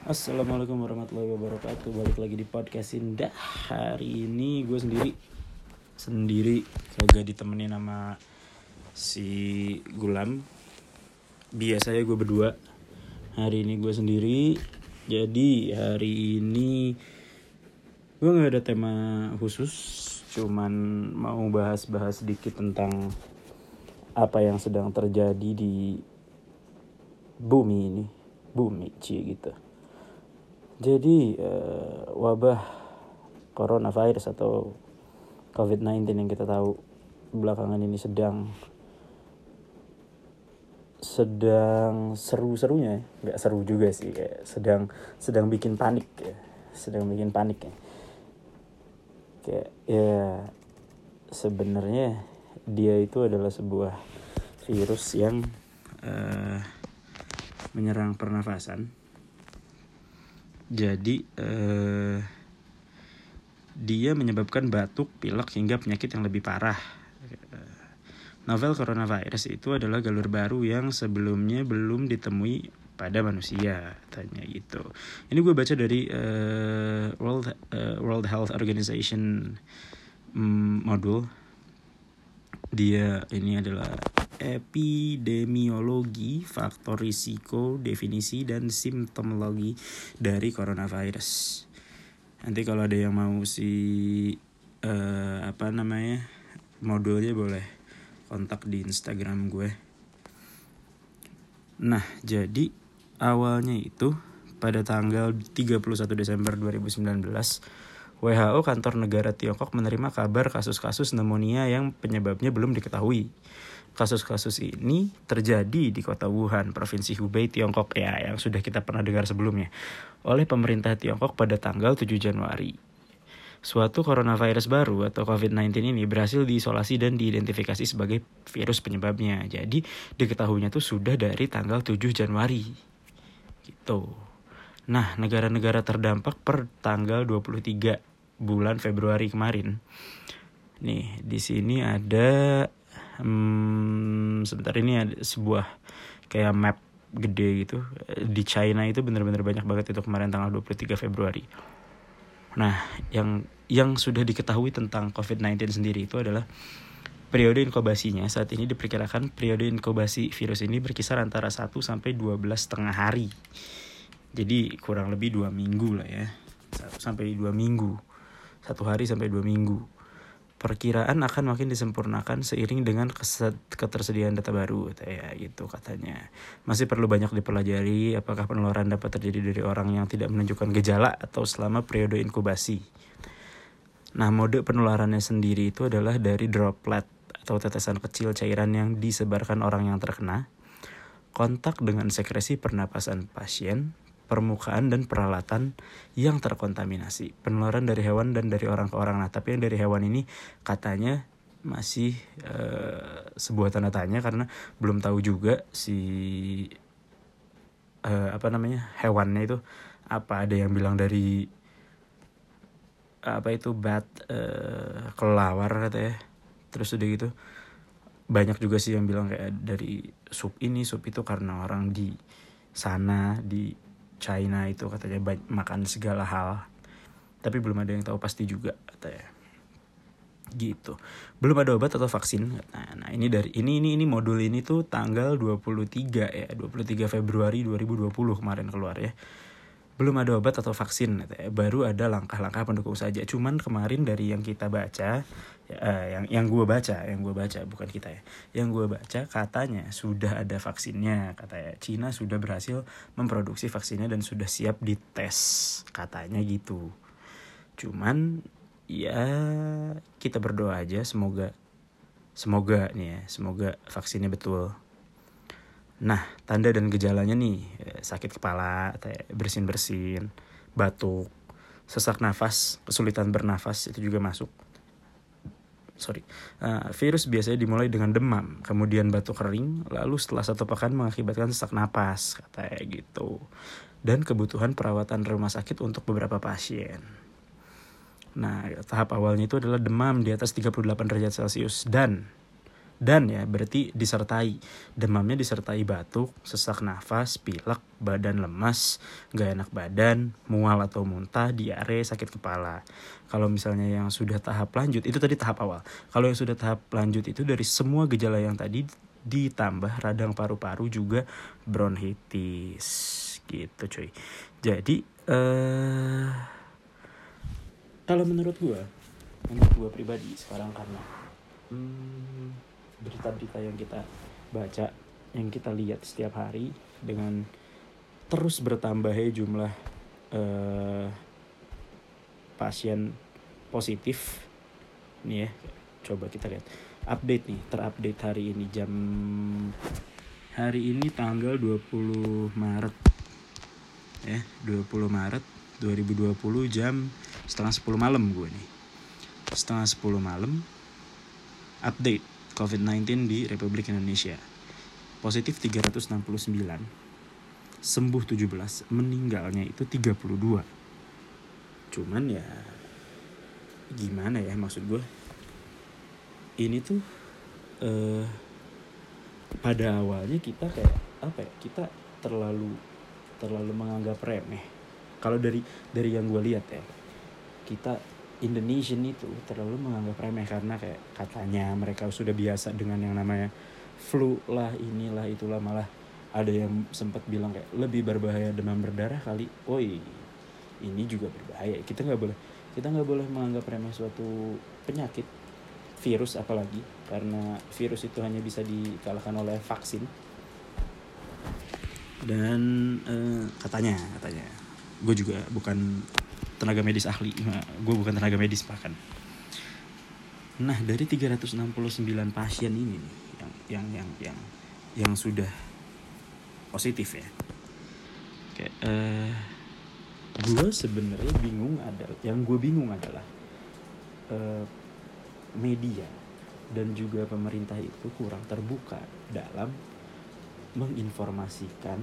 Assalamualaikum warahmatullahi wabarakatuh. Balik lagi di podcast Indah. Hari ini gue sendiri kagak ditemenin sama si Gulam. Biasanya gue berdua. Hari ini gue sendiri. Jadi hari ini gue nggak ada tema khusus, cuman mau bahas sedikit tentang apa yang sedang terjadi di bumi gitu. Jadi wabah coronavirus atau COVID-19 yang kita tahu belakangan ini sedang seru-serunya, nggak seru juga sih, kayak sedang bikin panik ya, kayak ya sebenarnya dia itu adalah sebuah virus yang menyerang pernafasan. Jadi dia menyebabkan batuk, pilek hingga penyakit yang lebih parah. Novel coronavirus itu adalah galur baru yang sebelumnya belum ditemui pada manusia, katanya gitu. Ini gue baca dari World Health Organization modul. Dia ini adalah epidemiologi, faktor risiko, definisi, dan simptomologi dari coronavirus. Nanti kalau ada yang mau modulnya boleh kontak di Instagram gue. Nah, jadi awalnya itu pada tanggal 31 Desember 2019 WHO kantor negara Tiongkok menerima kabar kasus-kasus pneumonia yang penyebabnya belum diketahui. Kasus-kasus ini terjadi di kota Wuhan, Provinsi Hubei, Tiongkok ya, yang sudah kita pernah dengar sebelumnya, oleh pemerintah Tiongkok pada tanggal 7 Januari. Suatu coronavirus baru atau COVID-19 ini berhasil diisolasi dan diidentifikasi sebagai virus penyebabnya. Jadi diketahuinya tuh sudah dari tanggal 7 Januari. Gitu. Nah, negara-negara terdampak per tanggal 23 bulan Februari kemarin. Nih, di sini ada sebentar, ini ada sebuah kayak map gede gitu. Di China itu benar-benar banyak banget itu kemarin tanggal 23 Februari. Nah, yang sudah diketahui tentang COVID-19 sendiri itu adalah periode inkubasinya. Saat ini diperkirakan periode inkubasi virus ini berkisar antara 1 sampai 12,5 hari. Jadi kurang lebih 2 minggu lah ya. 1 sampai 2 minggu. 1 hari sampai 2 minggu. Perkiraan akan makin disempurnakan seiring dengan ketersediaan data baru, ya gitu katanya. Masih perlu banyak dipelajari apakah penularan dapat terjadi dari orang yang tidak menunjukkan gejala atau selama periode inkubasi. Nah, mode penularannya sendiri itu adalah dari droplet atau tetesan kecil cairan yang disebarkan orang yang terkena, kontak dengan sekresi pernapasan pasien, permukaan dan peralatan yang terkontaminasi. Penularan dari hewan dan dari orang ke orang. Nah, tapi yang dari hewan ini katanya masih sebuah tanda tanya karena belum tahu juga hewannya itu apa. Ada yang bilang dari kelelawar katanya. Terus udah gitu banyak juga sih yang bilang kayak dari sup itu karena orang di sana di China itu katanya makan segala hal. Tapi belum ada yang tahu pasti juga katanya. Gitu. Belum ada obat atau vaksin. Nah, ini modul ini tuh tanggal 23 ya, 23 Februari 2020 kemarin keluar ya. Belum ada obat atau vaksin katanya. Baru ada langkah-langkah pendukung saja. Cuman kemarin dari yang kita baca, yang gue baca bukan kita ya. Yang gue baca katanya sudah ada vaksinnya, katanya Cina sudah berhasil memproduksi vaksinnya dan sudah siap dites, katanya gitu. Cuman ya kita berdoa aja semoga vaksinnya betul. Nah, tanda dan gejalanya nih, sakit kepala, bersin-bersin, batuk, sesak nafas, kesulitan bernafas itu juga masuk. Virus biasanya dimulai dengan demam, kemudian batuk kering, lalu setelah 1 pekan mengakibatkan sesak napas, katanya gitu. Dan kebutuhan perawatan rumah sakit untuk beberapa pasien. Nah, tahap awalnya itu adalah demam di atas 38 derajat Celcius dan Dan ya berarti demamnya disertai batuk, sesak nafas, pilek, badan lemas, gak enak badan, mual atau muntah, diare, sakit kepala. Kalau misalnya yang sudah tahap lanjut, itu tadi tahap awal. Kalau yang sudah tahap lanjut itu dari semua gejala yang tadi ditambah radang paru-paru juga bronkitis gitu cuy. Jadi kalau menurut gue pribadi sekarang karena berita-berita yang kita baca, yang kita lihat setiap hari dengan terus bertambahnya jumlah pasien positif nih ya, coba kita lihat update nih, terupdate hari ini tanggal 20 Maret ya, 20 Maret 2020 jam 9:30 malam gue nih. 9:30 malam update COVID-19 di Republik Indonesia. Positif 369, sembuh 17, meninggalnya itu 32. Cuman ya gimana ya, maksud gue ini tuh pada awalnya kita kayak apa ya, kita terlalu menganggap remeh. Kalau dari yang gue lihat ya, kita Indonesian itu terlalu menganggap remeh karena kayak katanya mereka sudah biasa dengan yang namanya flu lah, inilah itulah, malah ada yang sempat bilang kayak lebih berbahaya demam berdarah kali. Woi, ini juga berbahaya. Kita nggak boleh menganggap remeh suatu penyakit, virus apalagi, karena virus itu hanya bisa dikalahkan oleh vaksin. Dan katanya gue juga bukan tenaga medis ahli, gue bukan tenaga medis bahkan. Nah, dari 369 pasien ini nih, yang sudah positif ya, kayak gue sebenarnya bingung adalah media dan juga pemerintah itu kurang terbuka dalam menginformasikan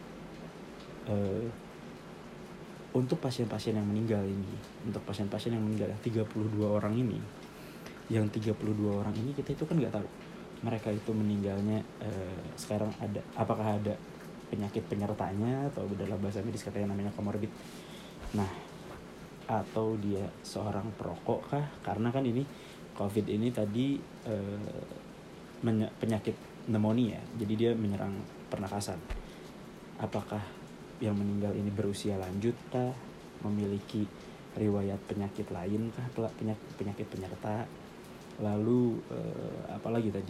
untuk pasien-pasien yang meninggal ini, untuk pasien-pasien yang meninggal 32 orang ini. Yang 32 orang ini kita itu kan nggak tahu mereka itu meninggalnya sekarang apakah ada penyakit penyertanya atau dalam bahasa medis katanya namanya komorbid. Nah, atau dia seorang perokok kah? Karena kan ini COVID ini tadi penyakit pneumonia, jadi dia menyerang pernafasan. Apakah yang meninggal ini berusia lanjut kah, memiliki riwayat penyakit lain kah, penyakit penyerta, lalu apalagi tadi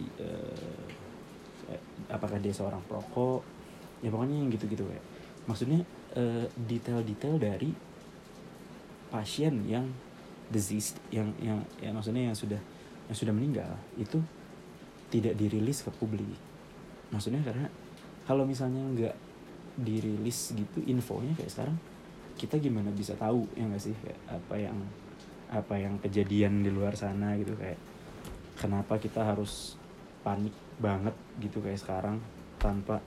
apakah dia seorang perokok, ya pokoknya yang gitu-gitu ya. Maksudnya detail-detail dari pasien yang diseased, yang maksudnya yang sudah meninggal itu tidak dirilis ke publik. Maksudnya karena kalau misalnya nggak dirilis gitu infonya kayak sekarang, kita gimana bisa tahu ya nggak sih, kayak apa yang kejadian di luar sana gitu, kayak kenapa kita harus panik banget gitu kayak sekarang tanpa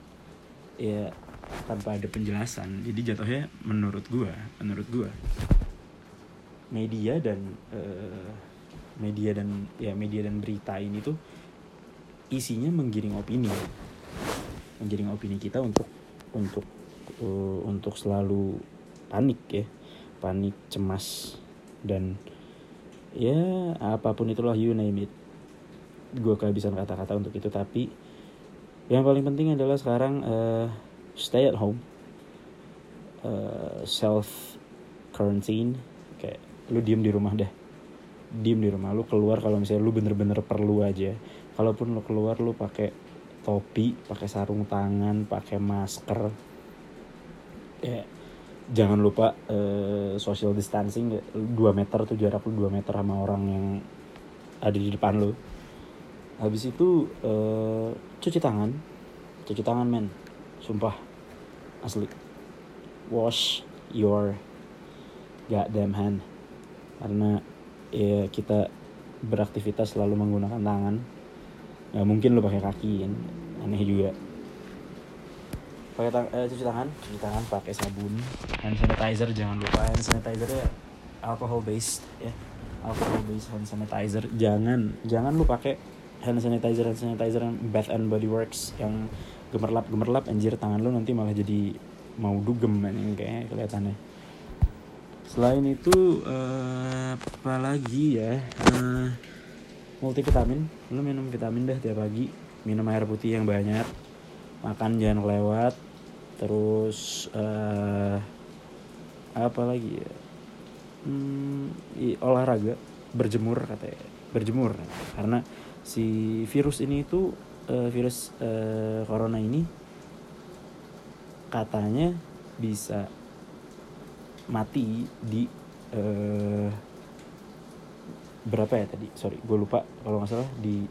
ada penjelasan. Jadi jatuhnya menurut gua media dan berita ini tuh isinya menggiring opini kita untuk selalu panik, cemas, dan ya apapun itulah, you name it. Gue kehabisan kata-kata untuk itu. Tapi yang paling penting adalah sekarang stay at home, self quarantine, kayak lu diem di rumah. Lu keluar kalau misalnya lu bener-bener perlu aja. Kalaupun lu keluar, lu pakai topi, pakai sarung tangan, pakai masker. Ya, jangan lupa social distancing 2 meter tuh, jarak lu 2 meter sama orang yang ada di depan lu. Habis itu cuci tangan men, sumpah asli, wash your goddamn hand, karena ya kita beraktivitas selalu menggunakan tangan. Nggak mungkin lu pakai kaki kan, aneh juga. Cuci tangan pakai sabun, hand sanitizer jangan lupa. Hand sanitizer ya alcohol based hand sanitizer. Jangan lu pakai hand sanitizer Bath and Body Works yang gemerlap anjir, tangan lu nanti malah jadi mau dugem nih kayaknya kelihatannya. Selain itu apa lagi ya, multivitamin. Lu minum vitamin dah tiap pagi, minum air putih yang banyak, makan jangan kelewat, terus apa lagi ya, olahraga, berjemur katanya, berjemur karena si virus ini itu virus corona ini katanya bisa mati di berapa ya tadi, sorry gue lupa, kalau nggak salah di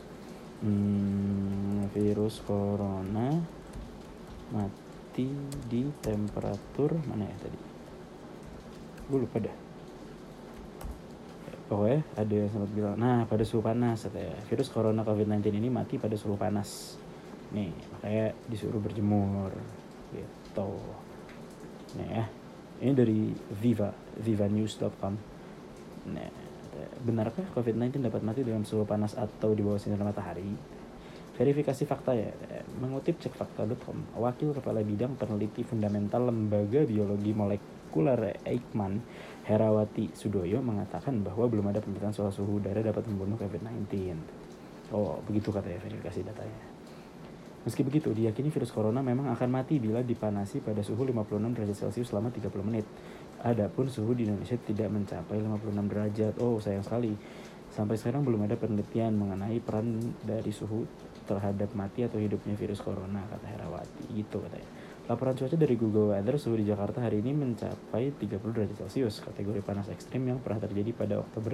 virus corona mati di temperatur mana ya tadi, gue lupa dah. Pokoknya ada yang sempat bilang, nah pada suhu panas katanya, virus corona COVID-19 ini mati pada suhu panas nih, makanya disuruh berjemur gitu. Nih ya, ini dari vivanews.com. Nah, benarkah COVID-19 dapat mati dalam suhu panas atau di bawah sinar matahari? Verifikasi fakta ya. Mengutip cekfakta.com, Wakil Kepala Bidang Peneliti Fundamental Lembaga Biologi Molekuler Eijkman, Herawati Sudoyo mengatakan bahwa belum ada penelitian soal suhu udara dapat membunuh COVID-19. Oh, begitu katanya verifikasi datanya. Meski begitu, diyakini virus corona memang akan mati bila dipanasi pada suhu 56 derajat Celcius selama 30 menit. Adapun suhu di Indonesia tidak mencapai 56 derajat. Oh, sayang sekali. Sampai sekarang belum ada penelitian mengenai peran dari suhu terhadap mati atau hidupnya virus corona, kata Herawati. Gitu katanya. Laporan cuaca dari Google Weather, suhu di Jakarta hari ini mencapai 30 derajat Celcius, kategori panas ekstrim yang pernah terjadi pada Oktober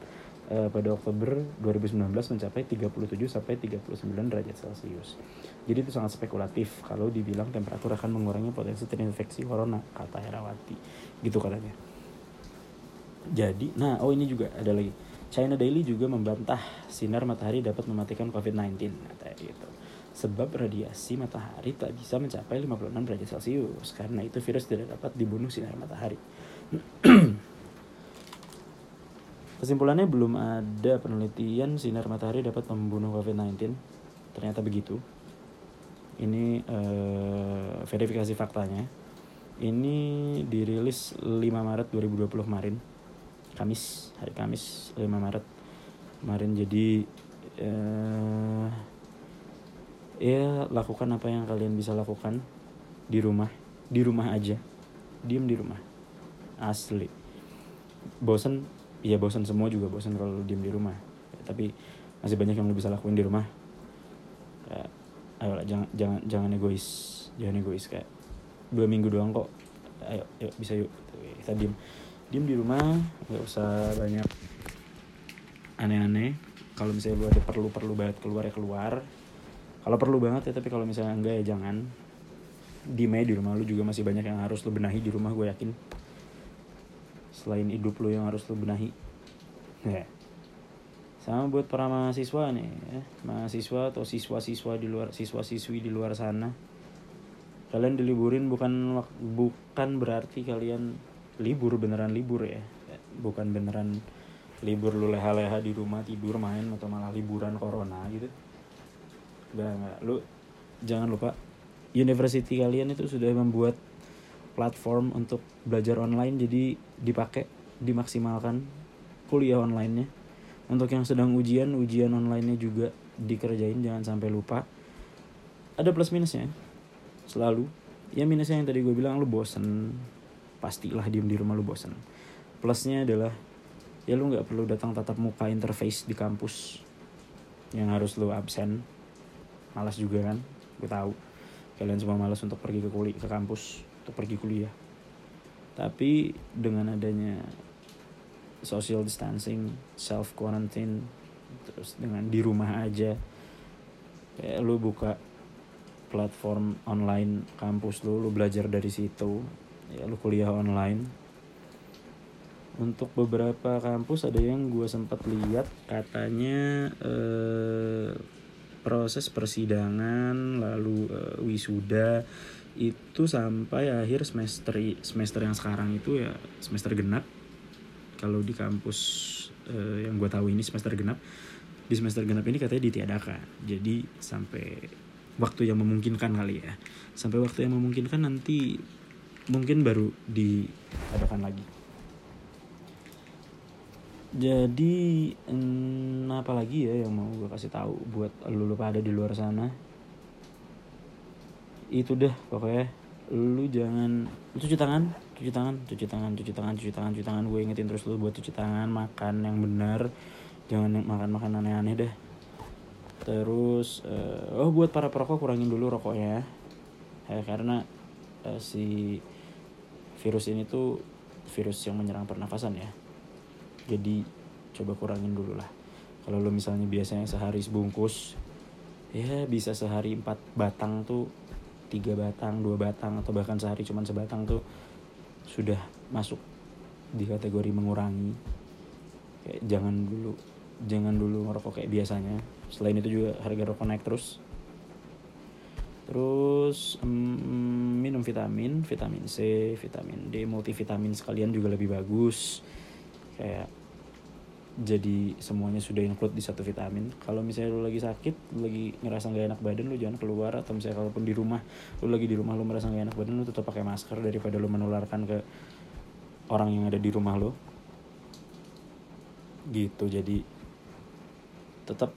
2019 mencapai 37 sampai 39 derajat Celcius. Jadi itu sangat spekulatif kalau dibilang temperatur akan mengurangi potensi terinfeksi corona, kata Herawati. Gitu katanya. Jadi, ini juga ada lagi. China Daily juga membantah sinar matahari dapat mematikan COVID-19, katanya gitu. Sebab radiasi matahari tak bisa mencapai 56 derajat Celcius. Karena itu virus tidak dapat dibunuh sinar matahari. Kesimpulannya, belum ada penelitian sinar matahari dapat membunuh COVID-19. Ternyata begitu. Ini verifikasi faktanya. Ini dirilis 5 Maret 2020 kemarin. Hari Kamis 5 Maret kemarin. Jadi ya lakukan apa yang kalian bisa lakukan di rumah aja, diem di rumah, asli. Bosan semua juga bosan kalau diem di rumah, tapi masih banyak yang lo bisa lakuin di rumah. Ayolah, jangan egois kayak 2 minggu doang kok, ayo bisa yuk kita diem di rumah, nggak usah banyak aneh-aneh. Kalau misalnya lu ada perlu banget keluar, kalau perlu banget ya, tapi kalau misalnya enggak ya jangan. Diem aja di rumah. Lu juga masih banyak yang harus lu benahi di rumah, gue yakin, selain hidup lu yang harus lu benahi ya. Sama buat para mahasiswa nih ya, mahasiswa atau siswa-siswi di luar sana, kalian diliburin bukan berarti kalian libur beneran libur ya, bukan beneran libur lu leha-leha di rumah tidur main atau malah liburan corona gitu. Enggak, lu jangan lupa university kalian itu sudah membuat platform untuk belajar online, jadi dimaksimalkan kuliah online-nya. Untuk yang sedang ujian online-nya juga dikerjain, jangan sampai lupa. Ada plus minusnya selalu. Ya minusnya yang tadi gue bilang, lu bosen, pastilah diem di rumah lu bosen. Plusnya adalah ya lu nggak perlu datang tatap muka interface di kampus yang harus lu absen. Malas juga kan, gue tahu kalian semua malas untuk pergi ke kampus untuk pergi kuliah. Tapi dengan adanya social distancing, self quarantine, terus dengan di rumah aja, kayak lu buka platform online kampus lu belajar dari situ, ya lu kuliah online. Untuk beberapa kampus ada yang gue sempat lihat katanya proses persidangan lalu wisuda itu sampai akhir semester yang sekarang itu ya semester genap. Kalau di kampus yang gue tahu ini semester genap, di semester genap ini katanya ditiadakan. Jadi sampai waktu yang memungkinkan kali ya. Sampai waktu yang memungkinkan nanti mungkin baru diadakan lagi. Jadi apa lagi ya yang mau gue kasih tahu buat lu pada di luar sana. Itu deh pokoknya, lu jangan cuci tangan. Gue ingetin terus lu buat cuci tangan, makan yang benar, jangan makan aneh-aneh deh. Terus buat para perokok kurangin dulu rokoknya ya, karena si virus ini tuh virus yang menyerang pernafasan ya. Jadi coba kurangin dulu lah. Kalau lu misalnya biasanya sehari sebungkus, ya bisa sehari 4 batang tuh, 3 batang, 2 batang, atau bahkan sehari cuma sebatang tuh sudah masuk di kategori mengurangi. Kayak jangan dulu ngerokok kayak biasanya. Selain itu juga harga rokok naik terus. Terus minum vitamin C, vitamin D, multivitamin sekalian juga lebih bagus. Kayak jadi semuanya sudah include di satu vitamin. Kalau misalnya lu lagi sakit, lu lagi ngerasa gak enak badan, lu jangan keluar. Atau misalnya kalaupun di rumah, lu merasa gak enak badan, lu tetap pakai masker daripada lu menularkan ke orang yang ada di rumah lu gitu. Jadi tetap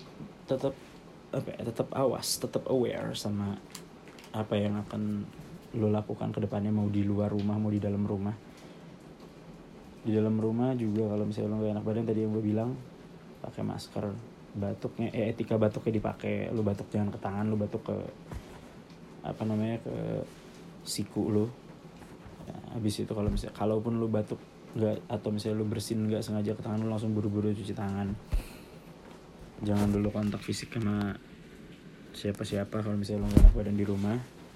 awas, tetap aware sama apa yang akan lu lakukan ke depannya, mau di luar rumah, mau di dalam rumah. Di dalam rumah juga kalau misalnya lu gak enak badan, tadi yang gue bilang, pakai masker. Batuknya etika batuknya dipakai. Lu batuk jangan ke tangan, lu batuk ke ke siku lu. Habis itu kalaupun lu batuk nggak, atau misalnya lu bersin nggak sengaja ke tangan, lu langsung buru-buru cuci tangan. Jangan dulu kontak fisik sama siapa-siapa kalau misalnya lu nggak enak badan di rumah.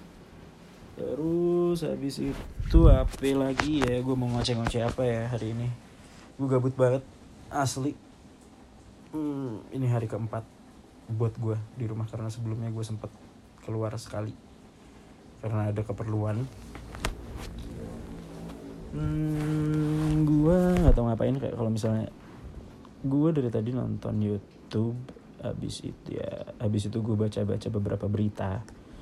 Terus habis itu apa lagi ya, gue mau ngoceh-ngoceh apa ya hari ini. Gue gabut banget asli. Ini hari keempat buat gue di rumah, karena sebelumnya gue sempet keluar sekali karena ada keperluan. Gue nggak tahu ngapain, kayak kalau misalnya gue dari tadi nonton YouTube, habis itu gue baca beberapa berita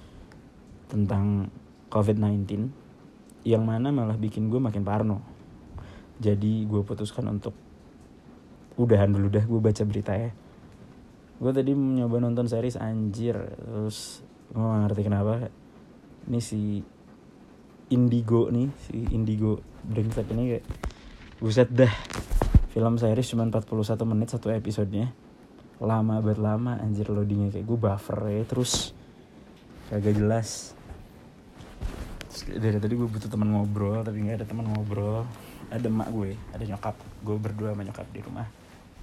tentang COVID-19 yang mana malah bikin gue makin parno. Jadi gue putuskan untuk udahan dulu dah gue baca berita ya. Gue tadi nyoba nonton series anjir, terus gue gak ngerti kenapa ini si Indigo brengsek ini kayak buset dah, film series cuma 41 menit satu episodenya, lama anjir loadingnya, kayak gue buffer ya, terus kagak jelas. Terus dari tadi gue butuh teman ngobrol, tapi nggak ada teman ngobrol. Ada emak gue, ada nyokap gue, berdua sama nyokap di rumah.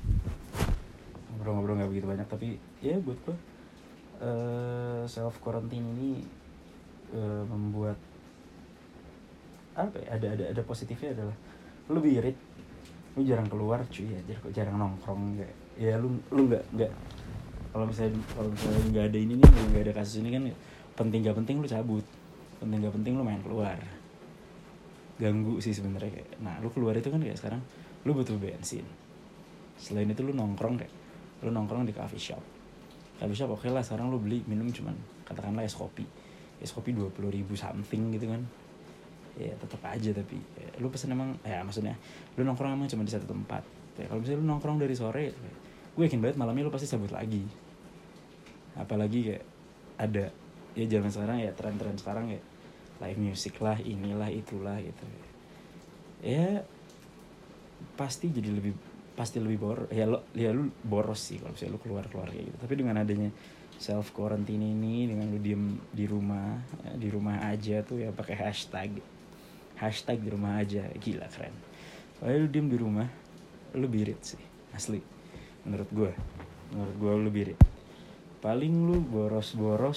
Ngobrol nggak begitu banyak, tapi ya buat gue self quarantine ini membuat apa ya, ada positifnya adalah lu lebih irit, lu jarang keluar cuy, jarang nongkrong, kayak ya lu nggak, kalau misalnya nggak ada ini nih, nggak ada kasus ini kan, penting gak penting lu cabut, penting gak penting lu main keluar, ganggu sih sebenarnya kayak. Nah lu keluar itu kan kayak sekarang lu butuh bensin, selain itu lu nongkrong di coffee shop oke lah, sekarang lu beli minum cuman katakanlah es kopi 20.000 something gitu kan, ya tetap aja. Tapi lu pesen emang maksudnya lu nongkrong emang cuma di satu tempat ya. Kalau misalnya lu nongkrong dari sore, gue yakin banget malamnya lu pasti cabut lagi. Apalagi kayak ada ya zaman sekarang ya, tren sekarang ya live music lah, inilah itulah gitu ya, pasti lebih boros ya lu boros sih kalau misalnya lu keluar kayak gitu. Tapi dengan adanya self quarantine ini, dengan lu diem di rumah aja tuh ya, pakai hashtag di rumah aja, gila keren. Kalau lu diem di rumah lu birit sih asli, menurut gue lu birit. Paling lu boros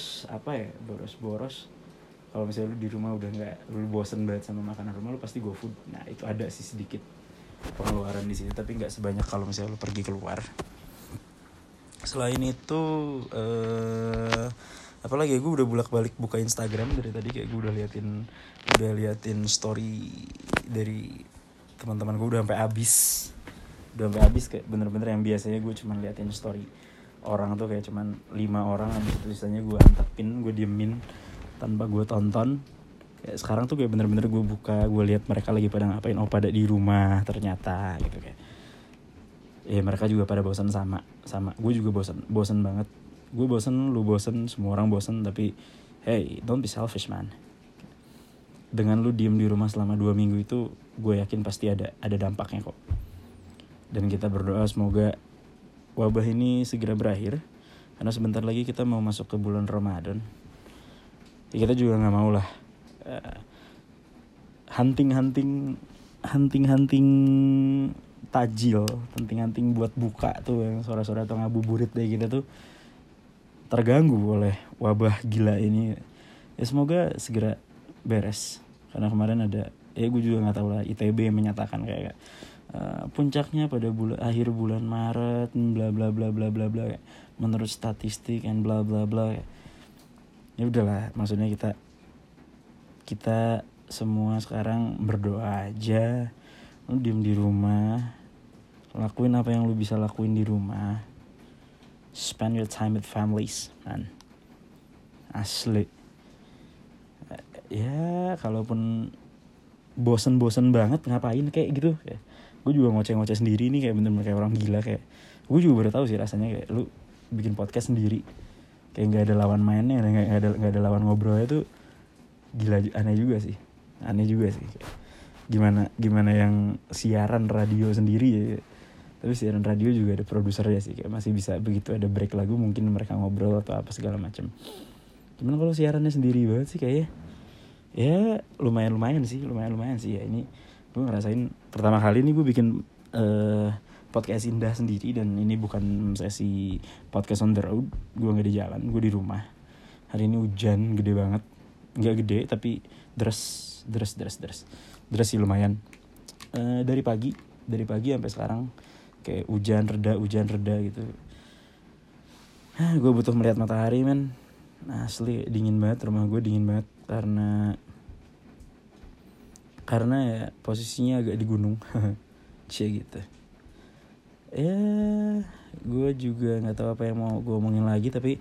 kalau misalnya lu di rumah udah nggak, lu bosen banget sama makanan rumah, lu pasti GoFood. Nah itu ada sih sedikit pengeluaran di sini, tapi nggak sebanyak kalau misalnya lu pergi keluar. Selain itu apalagi ya, gue udah bolak-balik buka Instagram dari tadi, kayak gue udah liatin story dari teman-teman gue udah sampai habis. udah sampai habis, kayak bener-bener yang biasanya gue cuman liatin story orang tuh kayak cuman 5 orang, habis itu sisanya gue antepin, gue diemin tanpa gue tonton. Kayak sekarang tuh kayak bener-bener gue buka, gue lihat mereka lagi pada ngapain, pada di rumah ternyata gitu. Kayak mereka juga pada bosan sama gue juga bosan banget. Gue bosan, lu bosan, semua orang bosan, tapi hey, don't be selfish man. Dengan lu diem di rumah selama 2 minggu itu, gue yakin pasti ada dampaknya kok. Dan kita berdoa semoga wabah ini segera berakhir, karena sebentar lagi kita mau masuk ke bulan Ramadan. Ya, kita juga nggak mau lah hunting tajil, hunting buat buka tuh yang sore-sore atau ngabuburit kayak gitu tuh terganggu oleh wabah gila ini. Ya semoga segera beres, karena kemarin ada, gue juga nggak tahu lah, ITB menyatakan kayak puncaknya pada akhir bulan Maret, bla bla bla bla bla bla, menurut statistik and bla bla bla. Ya udahlah, maksudnya kita semua sekarang berdoa aja, lu diem di rumah, lakuin apa yang lu bisa lakuin di rumah, spend your time with families man, asli. Ya kalaupun bosen banget ngapain kayak gitu ya, gue juga ngoceh sendiri nih, kayak bener-bener kayak orang gila. Kayak gue juga baru tahu sih rasanya kayak lu bikin podcast sendiri, kayak nggak ada lawan mainnya, nggak ada lawan ngobrolnya tuh gila, aneh juga sih. Kayak gimana yang siaran radio sendiri ya, tapi siaran radio juga ada produsernya sih, kayak masih bisa begitu ada break lagu mungkin mereka ngobrol atau apa segala macam. Cuman kalau siarannya sendiri banget sih kayaknya ya lumayan sih ya. Ini gue ngerasain pertama kali nih gue bikin podcast indah sendiri, dan ini bukan sesi podcast on the road, gue nggak di jalan, gue di rumah. Hari ini hujan gede banget, nggak gede tapi deras sih lumayan. Dari pagi sampai sekarang kayak hujan reda gitu. Gue butuh melihat matahari men, asli dingin banget, rumah gue dingin banget karena ya posisinya agak di gunung. Cie gitu. Ya gue juga nggak tahu apa yang mau gue omongin lagi, tapi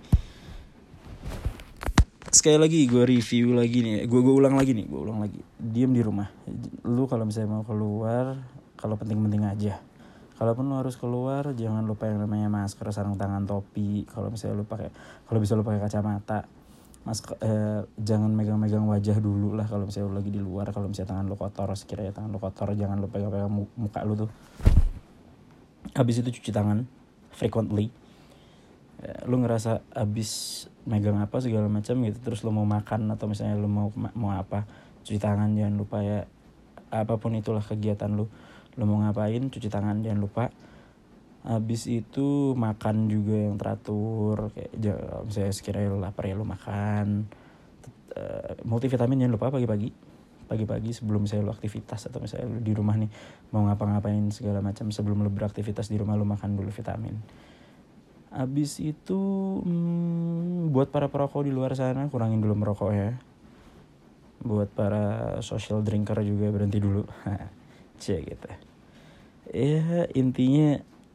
sekali lagi gue review lagi nih, gue ulang lagi, diem di rumah. Lu kalau misalnya mau keluar, kalau penting-penting aja. Kalaupun lu harus keluar, jangan lupa yang namanya masker, sarung tangan, topi. Kalau bisa lu pakai kacamata. Jangan megang-megang wajah dulu lah kalau misalnya lu lagi di luar. Kalau misalnya tangan lu kotor, sekiranya tangan lu kotor, jangan lu pegang-pegang muka lu tuh. Habis itu cuci tangan frequently. Lu ngerasa habis megang apa segala macam gitu, terus lu mau makan atau misalnya lu mau apa, cuci tangan jangan lupa ya. Apapun itulah kegiatan lu mau ngapain, cuci tangan jangan lupa. Habis itu makan juga yang teratur, kayak misalnya sekiranya lu lapar ya lu makan. Multivitamin jangan lupa pagi-pagi sebelum misalnya lu aktivitas, atau misalnya lu di rumah nih mau ngapa-ngapain segala macam, sebelum lu beraktivitas di rumah lu makan dulu vitamin. Habis itu buat para perokok di luar sana, kurangin dulu merokok ya. Buat para social drinker juga berhenti dulu. Cie gitu. Ya intinya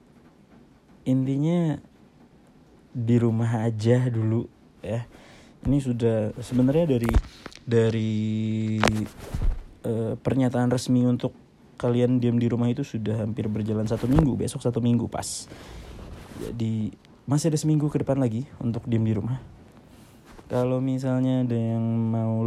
di rumah aja dulu ya. Ini sudah sebenarnya dari pernyataan resmi untuk kalian diam di rumah itu sudah hampir berjalan 1 minggu. Besok 1 minggu pas. Jadi masih ada seminggu ke depan lagi untuk diam di rumah. Kalau misalnya ada yang mau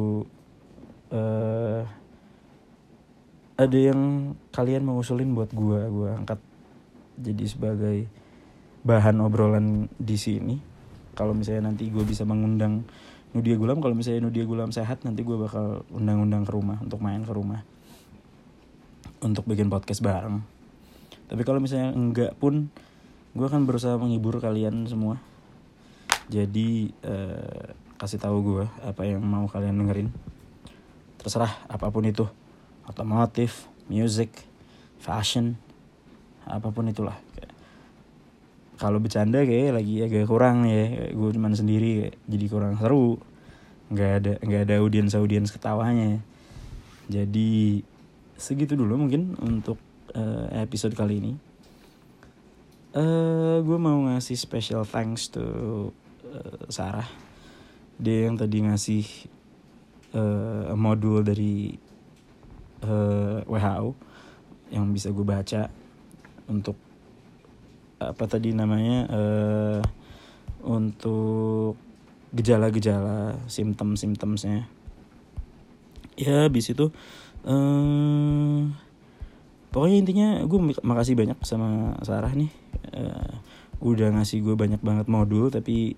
ada yang kalian mau usulin buat gue angkat jadi sebagai bahan obrolan di sini. Kalau misalnya nanti gue bisa mengundang Nudia Gulam, kalau misalnya Nudia Gulam sehat, nanti gue bakal undang ke rumah untuk main ke rumah untuk bikin podcast bareng. Tapi kalau misalnya enggak pun, gue akan berusaha menghibur kalian semua. Jadi kasih tahu gue apa yang mau kalian dengerin. Terserah apapun itu, otomotif, music, fashion, apapun itulah. Kalau bercanda kayak lagi agak kurang ya, gue cuman sendiri jadi kurang seru, nggak ada audiens ketawanya. Jadi segitu dulu mungkin untuk episode kali ini. Gue mau ngasih special thanks to Sarah. Dia yang tadi ngasih modul dari WHO yang bisa gue baca untuk apa tadi namanya, untuk gejala-gejala, simptom-simptomsnya. Ya habis itu pokoknya intinya gue makasih banyak sama Sarah nih, udah ngasih gue banyak banget modul, tapi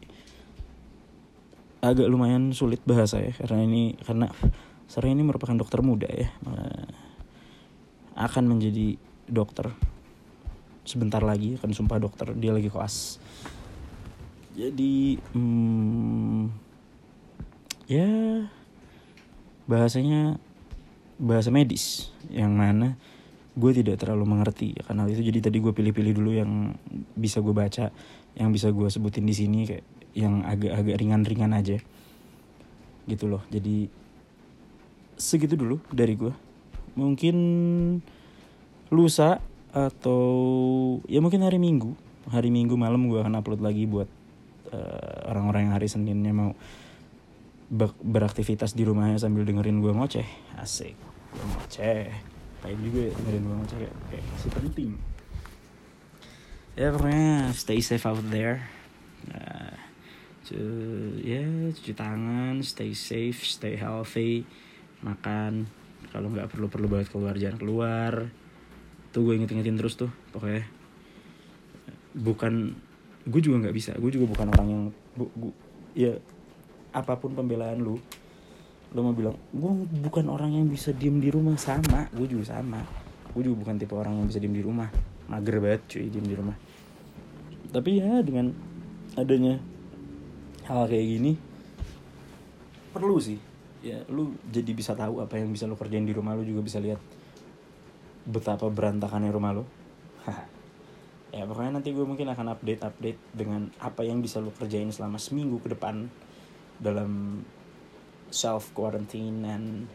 agak lumayan sulit bahasa ya, karena Sarah ini merupakan dokter muda ya, akan menjadi dokter sebentar lagi, akan sumpah dokter, dia lagi koas. Jadi ya bahasanya bahasa medis yang mana gue tidak terlalu mengerti akan hal itu. Jadi tadi gue pilih-pilih dulu yang bisa gue baca, yang bisa gue sebutin di sini, kayak yang agak ringan-ringan aja gitu loh. Jadi segitu dulu dari gue. Mungkin lusa atau ya mungkin hari Minggu malam gue akan upload lagi buat orang-orang yang hari Seninnya mau beraktivitas di rumahnya sambil dengerin gue ngoceh. Asik, gue ngoceh. Kayak juga dengerin gue ngoceh, kayak masih penting. Ya pokoknya stay safe out there. Cuci tangan, stay safe, stay healthy, makan. Kalau nggak perlu banget keluar, jangan keluar. Tuh gue ingetin terus tuh, pokoknya. Gue juga nggak bisa. Gue juga bukan orang yang ya apapun pembelaan lu mau bilang gue bukan orang yang bisa diem di rumah, sama. Gue juga bukan tipe orang yang bisa diem di rumah. Mager banget cuy diem di rumah. Tapi ya dengan adanya hal kayak gini perlu sih ya, lu jadi bisa tahu apa yang bisa lu kerjain di rumah. Lu juga bisa lihat betapa berantakannya rumah lu. Ya pokoknya nanti gue mungkin akan update dengan apa yang bisa lu kerjain selama seminggu ke depan dalam self quarantine and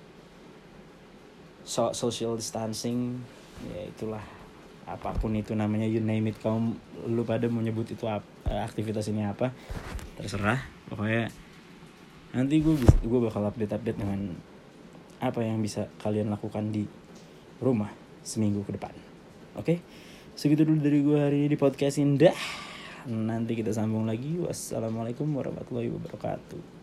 social distancing. Ya itulah, apapun itu namanya, you name it. Lu pada mau nyebut itu aktivitas ini apa, terserah. Pokoknya nanti gue bakal update dengan apa yang bisa kalian lakukan di rumah seminggu ke depan. Oke? Segitu dulu dari gue hari ini di podcast Indah. Nanti kita sambung lagi. Wassalamualaikum warahmatullahi wabarakatuh.